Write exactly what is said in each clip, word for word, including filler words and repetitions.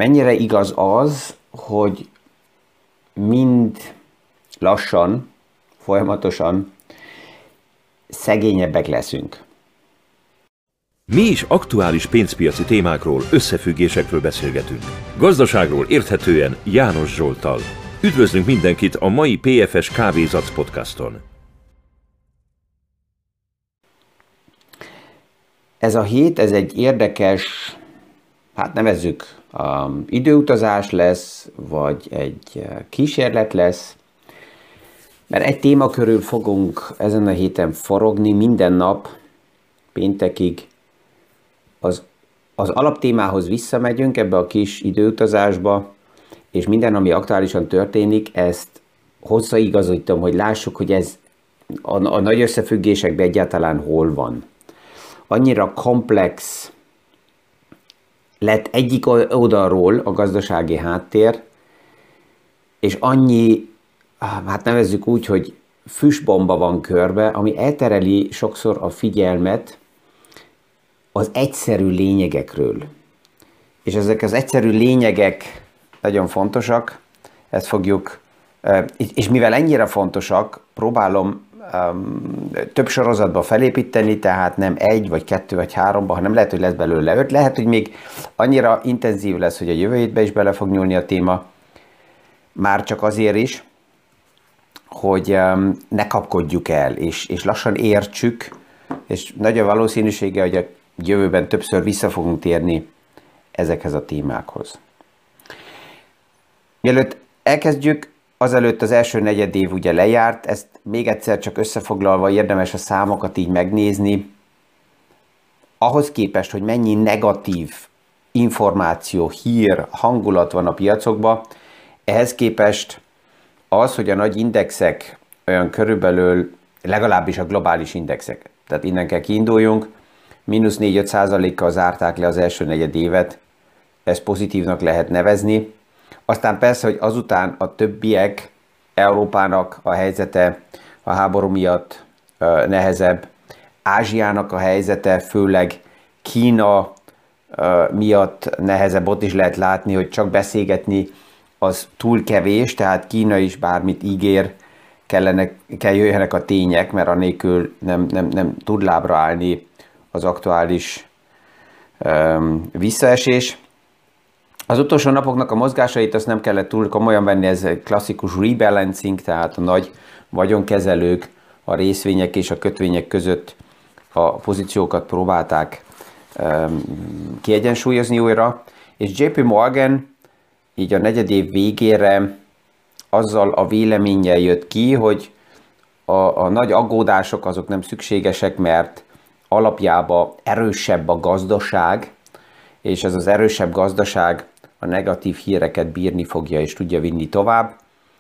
mennyire igaz az, hogy mind lassan, folyamatosan szegényebbek leszünk. Mi is aktuális pénzpiaci témákról, összefüggésekről beszélgetünk. Gazdaságról érthetően János Zsolttal. Üdvözlünk mindenkit a mai pé ef es Kávézac podcaston. Ez a hét, ez egy érdekes, hát nevezzük, um, időutazás lesz, vagy egy kísérlet lesz, mert egy téma körül fogunk ezen a héten forogni minden nap, péntekig. Az, az alaptémához visszamegyünk ebbe a kis időutazásba, és minden, ami aktuálisan történik, ezt hozzáigazítom, hogy lássuk, hogy ez a, a nagy összefüggésekben egyáltalán hol van. Annyira komplex lett egyik oldalról a gazdasági háttér, és annyi, hát nevezzük úgy, hogy füstbomba van körbe, ami eltereli sokszor a figyelmet az egyszerű lényegekről. És ezek az egyszerű lényegek nagyon fontosak, ezt fogjuk, és mivel ennyire fontosak, próbálom um, több sorozatba felépíteni, tehát nem egy, vagy kettő, vagy háromba, hanem lehet, hogy lesz belőle öt. Lehet, hogy még annyira intenzív lesz, hogy a jövő hétbe is bele fog nyúlni a téma, már csak azért is, hogy um, ne kapkodjuk el, és, és lassan értsük, és nagy a valószínűsége, hogy a jövőben többször vissza fogunk térni ezekhez a témákhoz. Mielőtt elkezdjük, azelőtt az első negyed év ugye lejárt, ezt még egyszer csak összefoglalva érdemes a számokat így megnézni. Ahhoz képest, hogy mennyi negatív információ, hír, hangulat van a piacokban, ehhez képest az, hogy a nagy indexek olyan körülbelül, legalábbis a globális indexek, tehát innen kell kiinduljunk, mínusz négy-öt százalékkal zárták le az első negyed évet, ezt pozitívnak lehet nevezni. Aztán persze, hogy azután a többiek, Európának a helyzete a háború miatt nehezebb, Ázsiának a helyzete, főleg Kína miatt nehezebb, ott is lehet látni, hogy csak beszélgetni az túl kevés, tehát Kína is bármit ígér, kellene, kell jöjjenek a tények, mert anélkül nem, nem, nem tud lábra állni az aktuális um, visszaesés. Az utolsó napoknak a mozgásait azt nem kellett túl komolyan venni, ez egy klasszikus rebalancing, tehát a nagy vagyonkezelők a részvények és a kötvények között a pozíciókat próbálták um, kiegyensúlyozni újra, és jé pé Morgan így a negyedév végére azzal a véleménnyel jött ki, hogy a, a nagy aggódások azok nem szükségesek, mert alapjában erősebb a gazdaság, és ez az erősebb gazdaság a negatív híreket bírni fogja és tudja vinni tovább.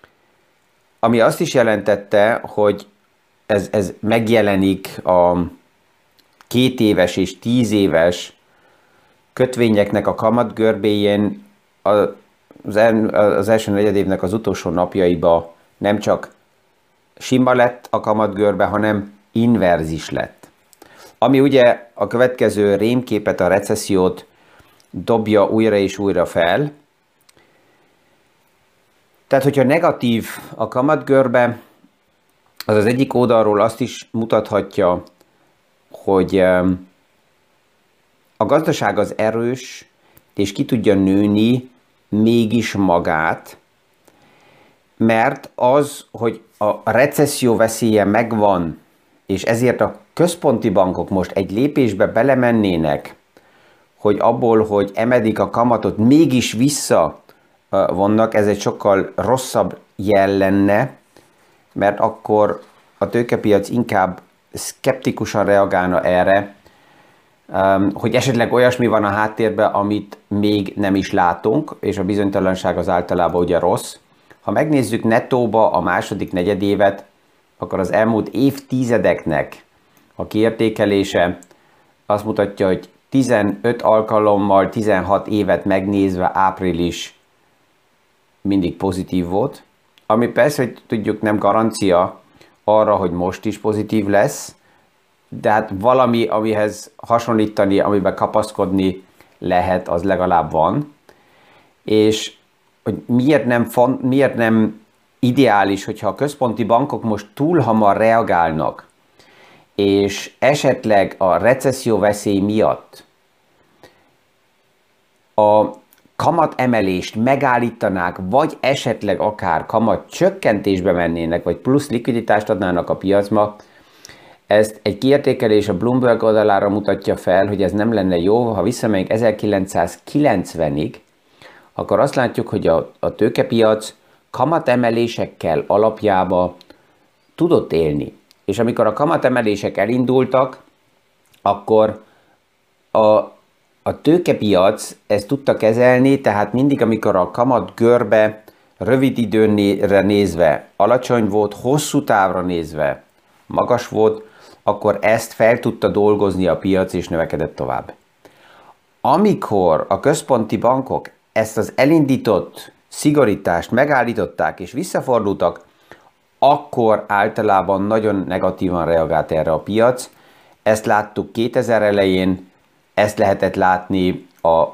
Ami azt is jelentette, hogy ez, ez megjelenik a két éves és tíz éves kötvényeknek a kamatgörbéjén, az, el, az első negyedévnek az utolsó napjaiba nem csak sima lett a kamatgörbe, hanem inverzis lett. Ami ugye a következő rémképet, a recessziót dobja újra és újra fel. Tehát, hogyha negatív a kamatgörbe, az az egyik oldalról azt is mutathatja, hogy a gazdaság az erős, és ki tudja nőni mégis magát, mert az, hogy a recesszió veszélye megvan, és ezért a központi bankok most egy lépésbe belemennének, hogy abból, hogy emedik a kamatot, mégis visszavonnak, ez egy sokkal rosszabb jel lenne, mert akkor a tőkepiac inkább szkeptikusan reagálna erre, hogy esetleg olyasmi van a háttérben, amit még nem is látunk, és a bizonytalanság az általában ugye rossz. Ha megnézzük nettóba a második negyedévet, akkor az elmúlt évtizedeknek a kiértékelése azt mutatja, hogy tizenöt alkalommal, tizenhat évet megnézve április mindig pozitív volt, ami persze, hogy tudjuk, nem garancia arra, hogy most is pozitív lesz, de hát valami, amihez hasonlítani, amiben kapaszkodni lehet, az legalább van. és hogy miért nem, font, miért nem ideális, hogyha a központi bankok most túl hamar reagálnak, és esetleg a recesszió veszély miatt a kamatemelést megállítanák, vagy esetleg akár kamat csökkentésbe mennének, vagy plusz likviditást adnának a piacba. Ezt egy kiértékelés a Bloomberg oldalára mutatja fel, hogy ez nem lenne jó. Ha visszamegyünk ezerkilencszázkilencvenig, akkor azt látjuk, hogy a, a tőkepiac kamatemelésekkel alapjába tudott élni. És amikor a kamatemelések elindultak, akkor a, a tőkepiac ezt tudta kezelni, tehát mindig, amikor a kamat görbe rövid időre nézve alacsony volt, hosszú távra nézve magas volt, akkor ezt fel tudta dolgozni a piac, és növekedett tovább. Amikor a központi bankok ezt az elindított szigorítást megállították és visszafordultak, akkor általában nagyon negatívan reagált erre a piac. Ezt láttuk kétezer elején, ezt lehetett látni a, a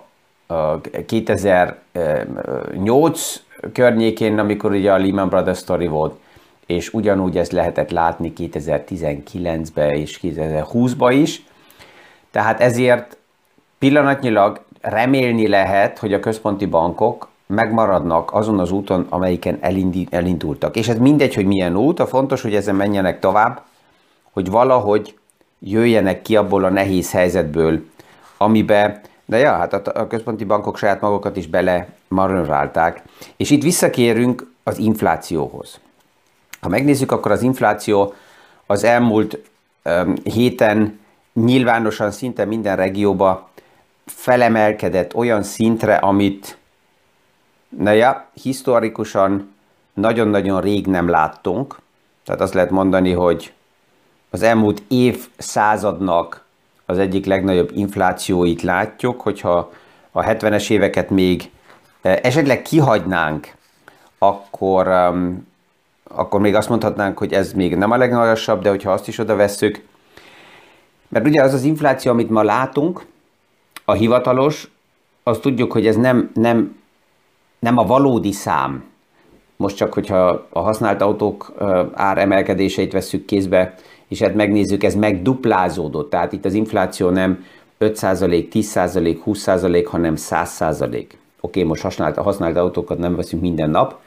kétezer-nyolc környékén, amikor ugye a Lehman Brothers sztori volt, és ugyanúgy ezt lehetett látni kétezer-tizenkilencben és kétezer-húszban is. Tehát ezért pillanatnyilag remélni lehet, hogy a központi bankok megmaradnak azon az úton, amelyiken elindultak. És ez mindegy, hogy milyen út, a fontos, hogy ezen menjenek tovább, hogy valahogy jöjjenek ki abból a nehéz helyzetből, amibe, de ja, hát a központi bankok saját magukat is bele marionrálták. És itt visszakérünk az inflációhoz. Ha megnézzük, akkor az infláció az elmúlt um, héten nyilvánosan szinte minden regióba felemelkedett olyan szintre, amit na ja, historikusan nagyon-nagyon rég nem láttunk. Tehát azt lehet mondani, hogy az elmúlt évszázadnak az egyik legnagyobb inflációit látjuk, hogyha a hetvenes éveket még esetleg kihagynánk, akkor, um, akkor még azt mondhatnánk, hogy ez még nem a legmagasabb, de hogyha azt is oda vesszük, mert ugye az az infláció, amit ma látunk, a hivatalos, azt tudjuk, hogy ez nem, nem, nem a valódi szám. Most csak, hogyha a használt autók áremelkedéseit vesszük kézbe, és hát megnézzük, ez megduplázódott. Tehát itt az infláció nem öt százalék, tíz százalék, húsz százalék, hanem száz százalék. Oké, most használt, a használt autókat nem veszünk minden nap.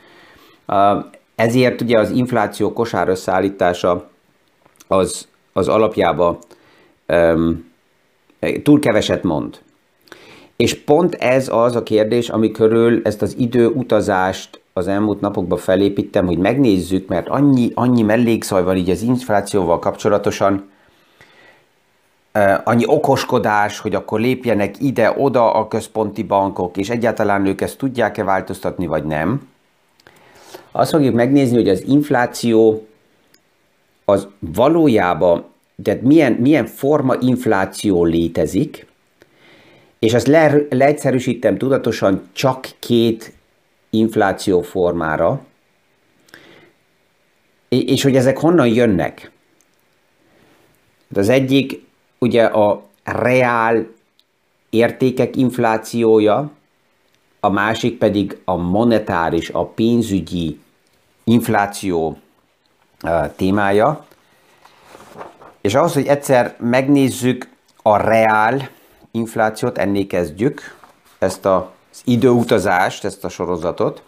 Ezért ugye az infláció kosár összeállítása az, az alapjában um, túl keveset mond. És pont ez az a kérdés, ami körül ezt az időutazást az elmúlt napokban felépítem, hogy megnézzük, mert annyi, annyi mellékszaj van így az inflációval kapcsolatosan, annyi okoskodás, hogy akkor lépjenek ide-oda a központi bankok, és egyáltalán ők ezt tudják-e változtatni, vagy nem. Azt fogjuk megnézni, hogy az infláció az valójában, tehát milyen, milyen forma infláció létezik, és azt le, leegyszerűsítem tudatosan csak két infláció formára, és hogy ezek honnan jönnek. Az egyik ugye a reál értékek inflációja, a másik pedig a monetáris, a pénzügyi infláció témája. És ahhoz, hogy egyszer megnézzük a reál inflációt, ennél kezdjük ezt az időutazást, ezt a sorozatot.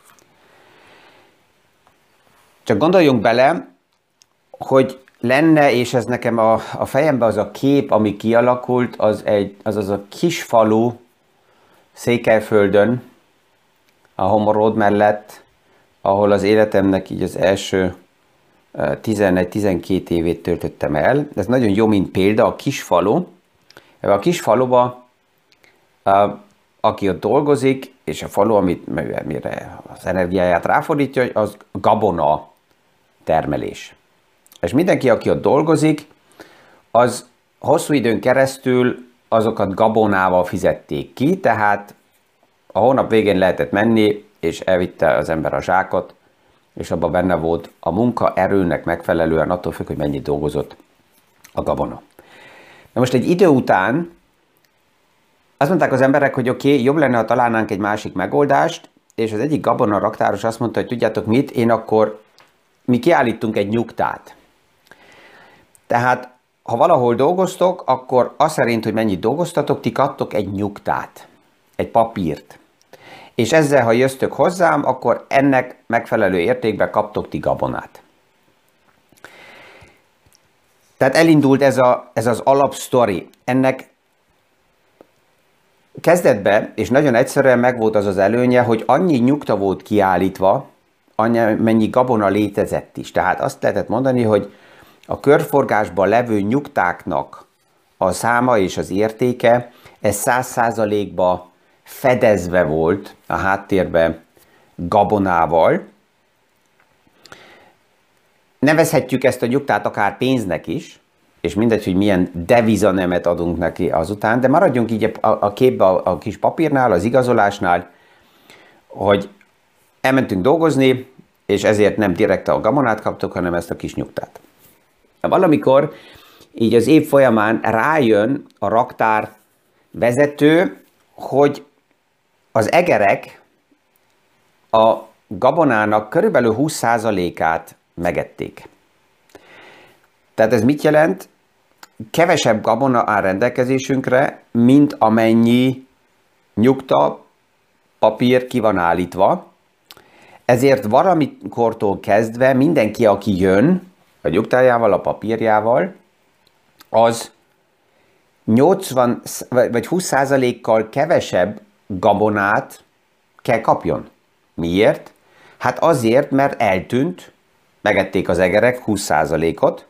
Csak gondoljunk bele, hogy lenne, és ez nekem a, a fejemben az a kép, ami kialakult, az egy, az, az a kis falu Székelyföldön, a Home Road mellett, ahol az életemnek így az első tizenegy-tizenkét évét töltöttem el. Ez nagyon jó, mint példa, a kis falu. Ebben a kis faluban, aki ott dolgozik, és a falu, amit, mire az energiáját ráfordítja, az gabona termelés. És mindenki, aki ott dolgozik, az hosszú időn keresztül azokat gabonával fizették ki, tehát a hónap végén lehetett menni, és elvitte az ember a zsákot, és abban benne volt a munkaerőnek megfelelően, attól függ, hogy mennyit dolgozott a gabona. De most egy idő után Azt mondták az emberek, hogy oké, okay, jobb lenne, ha találnánk egy másik megoldást, és az egyik gabona raktáros azt mondta, hogy tudjátok mit, én akkor, mi kiállítunk egy nyugtát. Tehát, ha valahol dolgoztok, akkor az szerint, hogy mennyit dolgoztatok, ti kaptok egy nyugtát, egy papírt. És ezzel, ha jöztök hozzám, akkor ennek megfelelő értékben kaptok ti gabonát. Tehát elindult ez, a, ez az alapsztori. Ennek kezdetben, és nagyon egyszerűen megvolt az az előnye, hogy annyi nyugta volt kiállítva, annyi gabona létezett is. Tehát azt lehetett mondani, hogy a körforgásban levő nyugtáknak a száma és az értéke, ez száz százalékban fedezve volt a háttérben gabonával. Nevezhetjük ezt a nyugtát akár pénznek is, és mindegy, hogy milyen devizanemet adunk neki azután, de maradjunk így a, a képbe a, a kis papírnál, az igazolásnál, hogy elmentünk dolgozni, és ezért nem direkt a gabonát kaptok, hanem ezt a kis nyugtát. Valamikor így az év folyamán rájön a raktár vezető, hogy az egerek a gabonának körülbelül húsz százalékát megették. Tehát ez mit jelent? Kevesebb gabona áll rendelkezésünkre, mint amennyi nyugta, papír ki van állítva. Ezért valamikortól kezdve mindenki, aki jön a nyugtájával, a papírjával, az nyolcvan vagy húsz százalékkal kevesebb gabonát kell kapjon. Miért? Hát azért, mert eltűnt, megették az egerek húsz százalékot,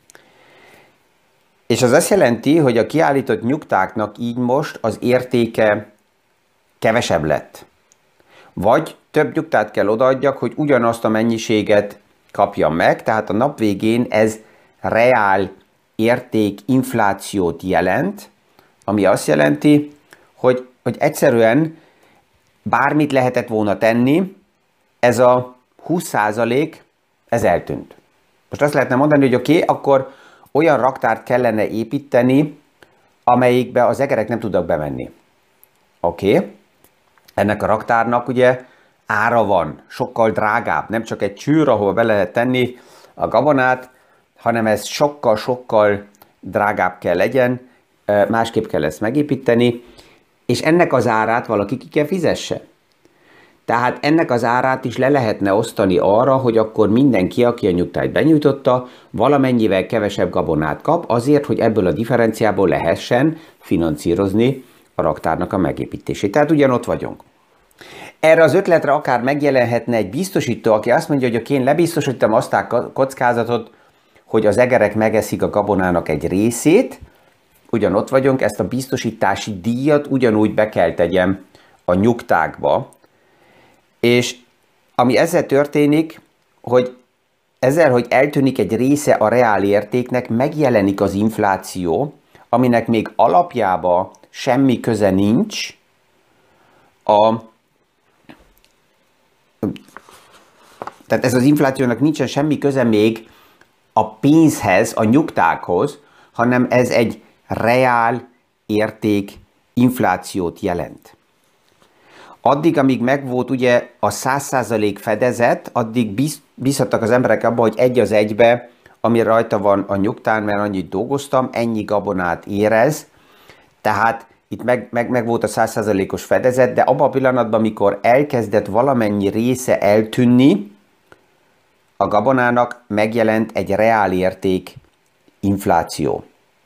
és az azt jelenti, hogy a kiállított nyugtáknak így most az értéke kevesebb lett. Vagy több nyugtát kell odaadjak, hogy ugyanazt a mennyiséget kapjam meg, tehát a nap végén ez reál érték inflációt jelent, ami azt jelenti, hogy, hogy egyszerűen bármit lehetett volna tenni, ez a húsz százalék, ez eltűnt. Most azt lehetne mondani, hogy oké, okay, akkor olyan raktárt kellene építeni, amelyikbe az egerek nem tudnak bemenni. Oké, okay. Ennek a raktárnak ugye ára van, sokkal drágább, nem csak egy csűr, ahol be lehet tenni a gabonát, hanem ez sokkal-sokkal drágább kell legyen, másképp kell ezt megépíteni, és ennek az árát valaki ki kell fizesse. Tehát ennek az árát is le lehetne osztani arra, hogy akkor mindenki, aki a nyugtájt benyújtotta, valamennyivel kevesebb gabonát kap, azért, hogy ebből a differenciából lehessen finanszírozni a raktárnak a megépítését. Tehát ugyanott vagyunk. Erre az ötletre akár megjelenhetne egy biztosító, aki azt mondja, hogy oké, én lebiztosítom azt a kockázatot, hogy az egerek megeszik a gabonának egy részét, ugyanott vagyunk, ezt a biztosítási díjat ugyanúgy be kell tegyem a nyugtákba, és ami ezzel történik, hogy ezzel, hogy eltűnik egy része a reál értéknek, megjelenik az infláció, aminek még alapjába semmi köze nincs a... Tehát ez az inflációnak nincsen semmi köze még a pénzhez, a nyugtákhoz, hanem ez egy reál érték inflációt jelent. Addig, amíg megvolt ugye a száz százalék fedezet, addig biz, bízhattak az emberek abba, hogy egy az egybe, ami rajta van a nyugtán, mert annyit dolgoztam, ennyi gabonát érez, tehát itt meg, meg, meg volt a száz százalékos fedezet, de abban a pillanatban, amikor elkezdett valamennyi része eltűnni, a gabonának megjelent egy reál érték infláció.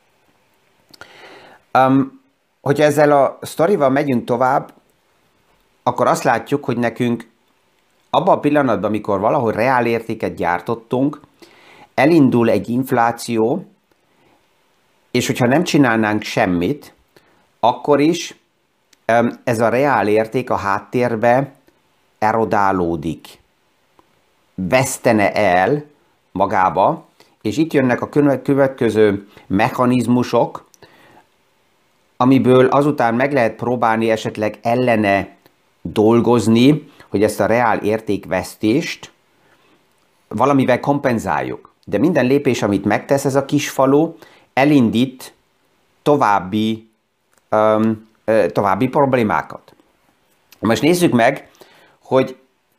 Um, hogyha ezzel a sztorival megyünk tovább, akkor azt látjuk, hogy nekünk abban a pillanatban, amikor valahol reál értéket gyártottunk, elindul egy infláció, és hogyha nem csinálnánk semmit, akkor is ez a reál érték a háttérbe erodálódik, vesztene el magába, és itt jönnek a következő mechanizmusok, amiből azután meg lehet próbálni esetleg ellene dolgozni, hogy ezt a reál értékvesztést valamivel kompenzáljuk. De minden lépés, amit megtesz ez a kis falu, elindít további um, további problémákat. Most nézzük meg, hogy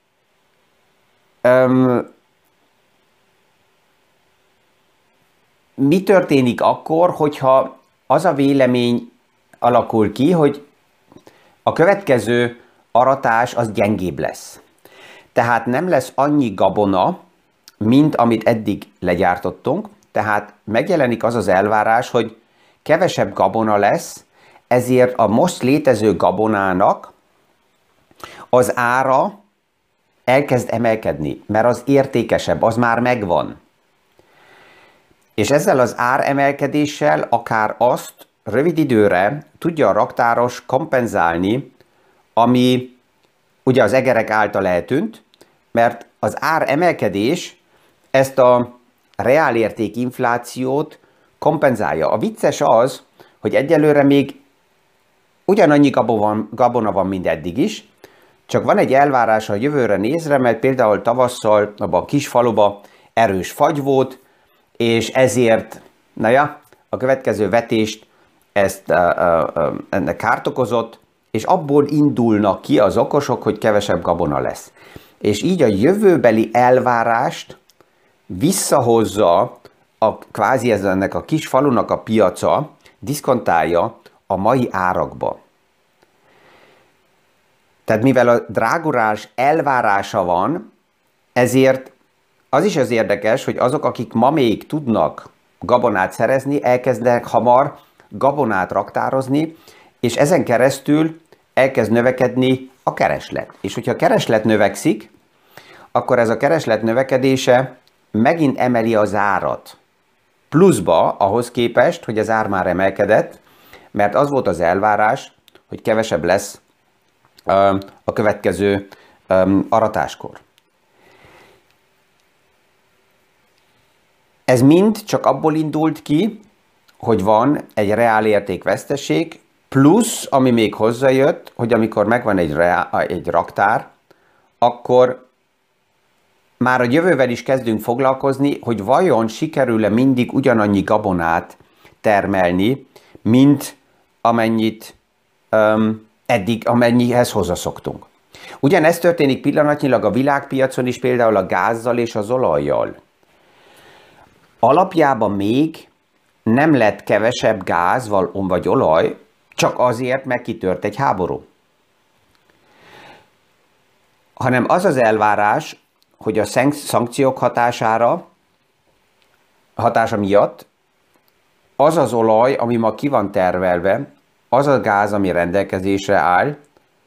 um, mi történik akkor, hogyha az a vélemény alakul ki, hogy a következő aratás az gyengébb lesz. Tehát nem lesz annyi gabona, mint amit eddig legyártottunk, tehát megjelenik az az elvárás, hogy kevesebb gabona lesz, ezért a most létező gabonának az ára elkezd emelkedni, mert az értékesebb, az már megvan. És ezzel az áremelkedéssel akár azt rövid időre tudja a raktáros kompenzálni, ami ugye az egerek által eltűnt, mert az áremelkedés ezt a reálérték inflációt kompenzálja. A vicces az, hogy egyelőre még ugyanannyi gabona van, mint eddig is, csak van egy elvárás a jövőre nézre, mert például tavasszal abban a kis faluban erős fagy volt, és ezért, na ja, a következő vetést ezt uh, uh, uh, ennek kárt okozott, és abból indulnak ki az okosok, hogy kevesebb gabona lesz. És így a jövőbeli elvárást visszahozza a, kvázi ez ennek a kis falunak a piaca, diszkontálja a mai árakba. Tehát mivel a drágulás elvárása van, ezért az is az érdekes, hogy azok, akik ma még tudnak gabonát szerezni, elkezdenek hamar gabonát raktározni, és ezen keresztül elkezd növekedni a kereslet. És hogyha a kereslet növekszik, akkor ez a kereslet növekedése megint emeli az árat. Pluszba ahhoz képest, hogy az ár már emelkedett, mert az volt az elvárás, hogy kevesebb lesz a következő aratáskor. Ez mind csak abból indult ki, hogy van egy reálértékveszteség, plusz, ami még hozzájött, hogy amikor megvan egy, reál, egy raktár, akkor már a jövővel is kezdünk foglalkozni, hogy vajon sikerül-e mindig ugyanannyi gabonát termelni, mint amennyit um, eddig, amennyihez hozzászoktunk. Ugyanezt történik pillanatnyilag a világpiacon is, például a gázzal és az olajjal. Alapjában még nem lett kevesebb gáz vagy olaj, csak azért, mert kitört egy háború. Hanem az az elvárás, hogy a szankciók hatására, hatása miatt az az olaj, ami ma ki van tervelve, az a gáz, ami rendelkezésre áll,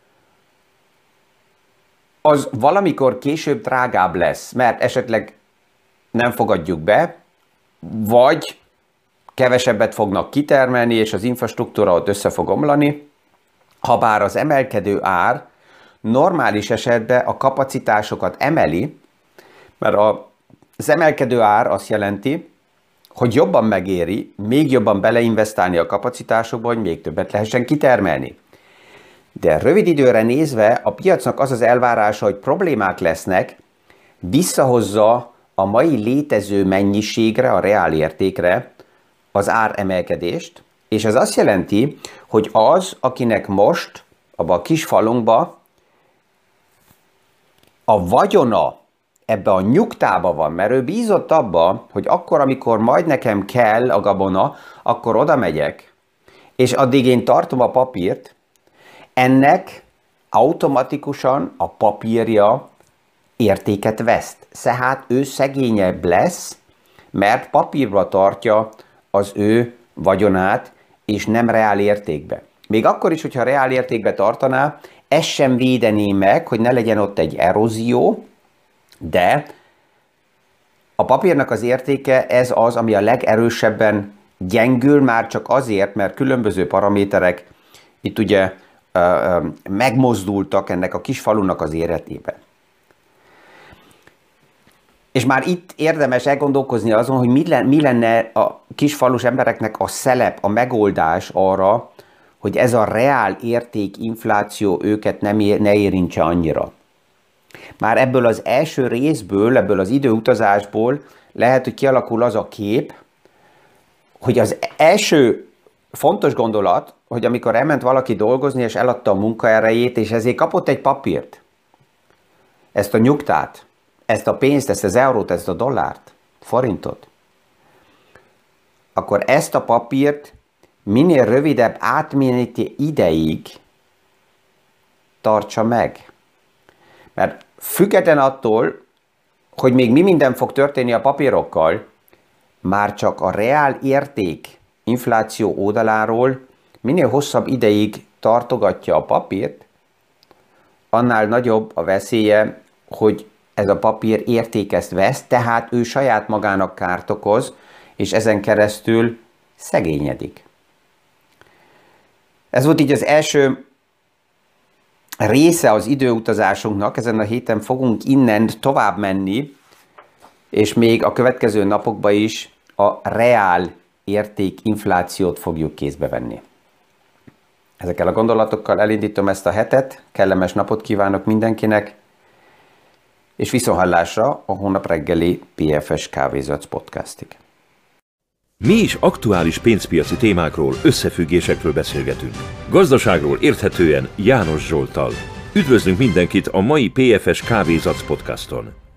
az valamikor később drágább lesz, mert esetleg nem fogadjuk be, vagy kevesebbet fognak kitermelni, és az infrastruktúra ott össze fog omlani, habár az emelkedő ár normális esetben a kapacitásokat emeli, mert az emelkedő ár azt jelenti, hogy jobban megéri, még jobban beleinvestálni a kapacitásokba, hogy még többet lehessen kitermelni. De rövid időre nézve a piacnak az az elvárása, hogy problémák lesznek, visszahozza a mai létező mennyiségre, a reál értékre az áremelkedést, és ez azt jelenti, hogy az, akinek most abban a kis falunkban a vagyona ebbe a nyugtába van, mert ő bízott abba, hogy akkor, amikor majd nekem kell a gabona, akkor oda megyek, és addig én tartom a papírt, ennek automatikusan a papírja értéket veszt. Tehát ő szegényebb lesz, mert papírba tartja az ő vagyonát, és nem reál értékbe. Még akkor is, hogyha reál értékbe tartaná, ez sem védené meg, hogy ne legyen ott egy erózió, de a papírnak az értéke ez az, ami a legerősebben gyengül, már csak azért, mert különböző paraméterek itt ugye ö, ö, megmozdultak ennek a kis falunak az életében. És már itt érdemes elgondolkozni azon, hogy mi lenne, mi lenne a kisfalus embereknek a szelep, a megoldás arra, hogy ez a reál érték infláció őket nem ér, ne érintse annyira. Már ebből az első részből, ebből az időutazásból lehet, hogy kialakul az a kép, hogy az első fontos gondolat, hogy amikor elment valaki dolgozni, és eladta a munkaerejét, és ezért kapott egy papírt, ezt a nyugtát, ezt a pénzt, ezt az eurót, ezt a dollárt, forintot, akkor ezt a papírt minél rövidebb átmeneti ideig tartsa meg. Mert független attól, hogy még mi minden fog történni a papírokkal, már csak a reál érték infláció oldaláról minél hosszabb ideig tartogatja a papírt, annál nagyobb a veszélye, hogy ez a papír értéket vesz, tehát ő saját magának kárt okoz, és ezen keresztül szegényedik. Ez volt így az első része az időutazásunknak, ezen a héten fogunk innen tovább menni, és még a következő napokban is a reál érték inflációt fogjuk kézbe venni. Ezekkel a gondolatokkal elindítom ezt a hetet, kellemes napot kívánok mindenkinek, és viszonthallásra a hónap reggeli pé ef es Kávézac podcastig. Mi is aktuális pénzpiaci témákról, összefüggésekről beszélgetünk. Gazdaságról érthetően János Zsolttal. Üdvözlünk mindenkit a mai pé ef es Kávézac podcaston!